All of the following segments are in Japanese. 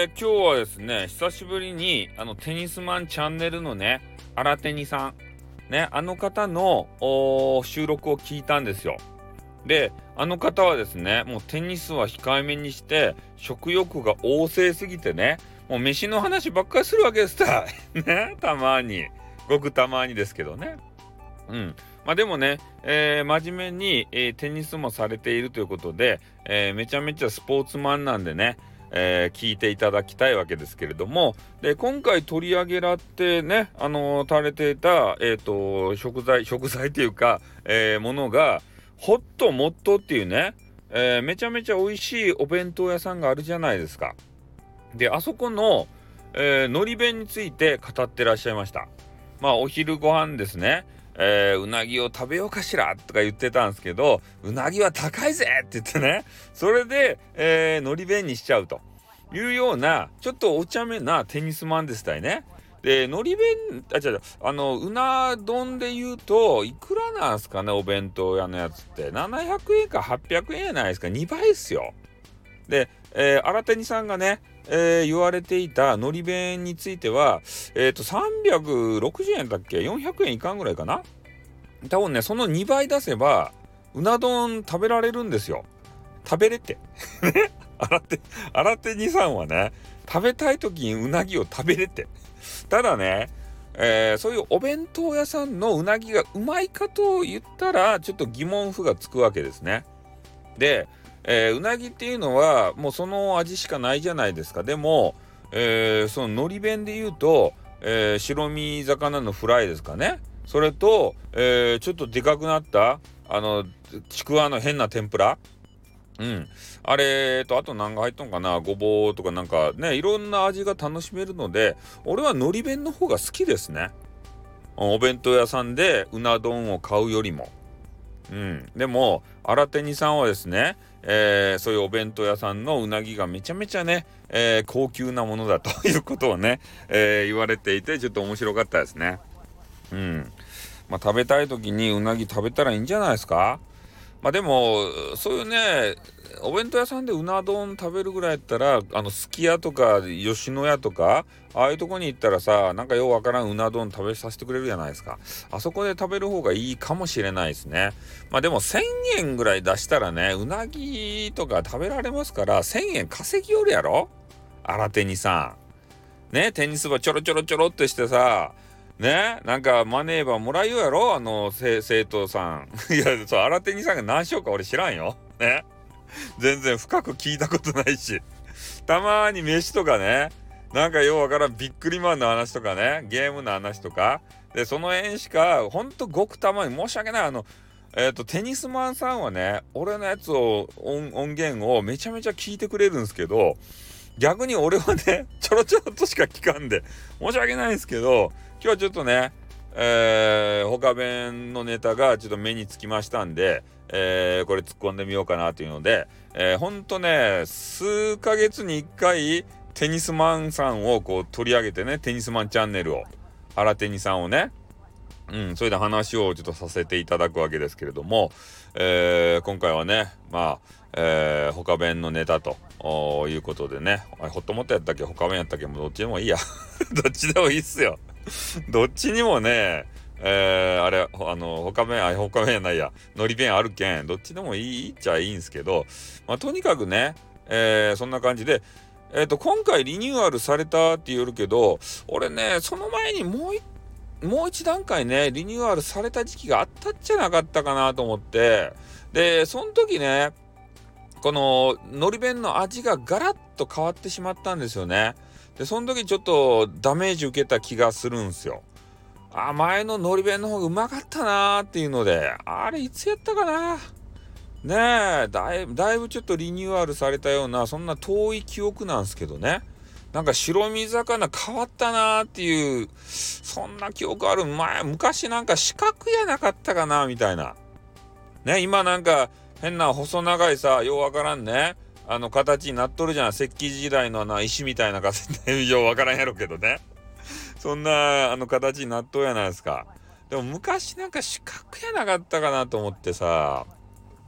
今日はですね、久しぶりにテニスマンチャンネルのね、荒テニさん、ね、あの方の収録を聞いたんですよ。で、あの方はですね、もうテニスは控えめにして、食欲が旺盛すぎてね、もう飯の話ばっかりするわけですたい。ね、たまに。ごくたまにですけどね。うん。まあでもね、真面目に、テニスもされているということで、めちゃめちゃスポーツマンなんでね、聞いていただきたいわけですけれども、で、今回取り上げられてね、されていた、食材っていうか、ものが、ホットモットっていうね、めちゃめちゃ美味しいお弁当屋さんがあるじゃないですか。で、あそこの、のり弁について語ってらっしゃいました。まあ、お昼ご飯ですね。うなぎを食べようかしらとか言ってたんですけど、うなぎは高いぜって言ってね、それで、のり弁にしちゃうというような、ちょっとお茶目なテニスマンでしたよね。で、のり弁、うな丼で言うと、いくらなんすかね、お弁当屋のやつって。700円か800円やないですか、2倍っすよ。で、新手にさんがね、言われていたのり弁については、360円だっけ ?400 円いかんぐらいかな。多分ね、その2倍出せば、うな丼食べられるんですよ。食べれて。ね。新手にさんはね、食べたい時にうなぎを食べれて。ただね、そういうお弁当屋さんのうなぎがうまいかと言ったら、ちょっと疑問符がつくわけですね。で、うなぎっていうのはもうその味しかないじゃないですか。でも、そののり弁で言うと、白身魚のフライですかね。それと、ちょっとでかくなったちくわの変な天ぷら。うん。あれと、あと何が入っとんかな、ごぼうとかなんかね、いろんな味が楽しめるので、俺はのり弁の方が好きですね。お弁当屋さんでうな丼を買うよりも。うん、でも新手にさんはですね、そういうお弁当屋さんのうなぎがめちゃめちゃね、高級なものだということをね、言われていてちょっと面白かったですね。うん。まあ食べたい時にうなぎ食べたらいいんじゃないですか。まあでもそういうね、お弁当屋さんでうな丼食べるぐらいやったらすき家とか吉野家とかああいうとこに行ったらさ、なんかようわからんうな丼食べさせてくれるじゃないですか。あそこで食べる方がいいかもしれないですね。まあでも1000円ぐらい出したらね、うなぎとか食べられますから1000円稼ぎよるやろ、新手にさんね。テニス部ちょろちょろちょろってしてさ、ね、なんかマネーバーもらうやろ、生徒さん。いや、そう、新手にさんが何しようか俺知らんよ。ね。全然深く聞いたことないし。たまーに飯とかね、なんかようわからんビックリマンの話とかね、ゲームの話とか。で、その辺しか、ほんとごくたまに申し訳ない。テニスマンさんはね、俺のやつを、音源をめちゃめちゃ聞いてくれるんですけど、逆に俺はね、ちょろちょろっとしか聞かんで、申し訳ないんですけど、今日はちょっとね、他弁のネタがちょっと目につきましたんで、これ突っ込んでみようかなというので、ほんとね、数ヶ月に1回、テニスマンさんをこう取り上げてね、テニスマンチャンネルを、原テニさんをね、それで話をちょっとさせていただくわけですけれども、今回はね、まあ、他弁のネタということでね、ホットモットやったっけ、他弁やったっけ、もうどっちでもいいや。どっちでもいいっすよ。どっちにもね、あれ、他弁やないや、のり弁あるけん、どっちでもいいっちゃいいんすけど、まあ、とにかくね、そんな感じで、今回リニューアルされたって言うけど、俺ね、その前にもう一段階ね、リニューアルされた時期があったんじゃなかったかなと思って、で、その時ね、こののり弁の味がガラッと変わってしまったんですよね。で、その時ちょっとダメージ受けた気がするんですよ。前ののり弁の方がうまかったなーっていうので、あれいつやったかな。ねえ、だいぶちょっとリニューアルされたような、そんな遠い記憶なんですけどね。なんか白身魚変わったなーっていう、そんな記憶ある。昔なんか四角やなかったかなみたいな。ね、今なんか変な細長いさ、ようわからんね。形になっとるじゃん。石器時代の石みたいな形で、ようわからんやろけどね。そんな、形になっとるやないですか。でも昔なんか四角やなかったかなと思ってさ。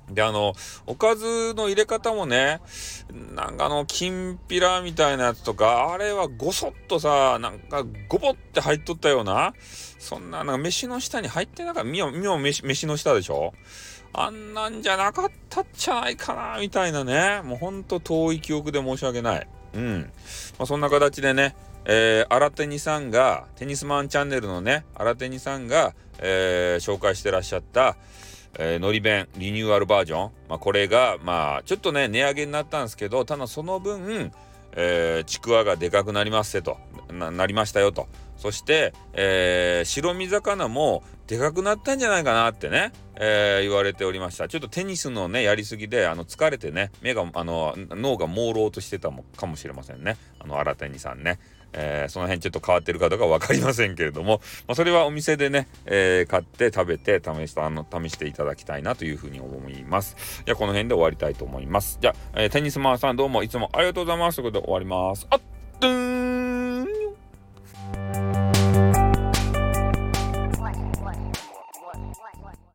で、おかずの入れ方もね、なんかきんぴらみたいなやつとか、あれはごそっとさ、なんかごぼって入っとったような、そんな、なんか飯の下に入ってなかった、飯の下でしょ。あんなんじゃなかったっちゃないかな、みたいなね。もうほんと遠い記憶で申し訳ない。うん。まあ、そんな形でね、新手にさんが、テニスマンチャンネルのね、新手にさんが、紹介してらっしゃった、のり弁リニューアルバージョン、これがちょっとね値上げになったんですけど、ただその分、ちくわがでかくなりますと なりましたよと。そして、白身魚もでかくなったんじゃないかなってね、言われておりました。ちょっとテニスのねやりすぎで疲れてね、脳が朦朧としてたかもしれませんね、新手にさんね。その辺ちょっと変わってるかどうか分かりませんけれども、それはお店でね、買って食べて試していただきたいなというふうに思います。じゃあこの辺で終わりたいと思います。じゃあ、テニスマンさんどうもいつもありがとうございますということで終わります。あっ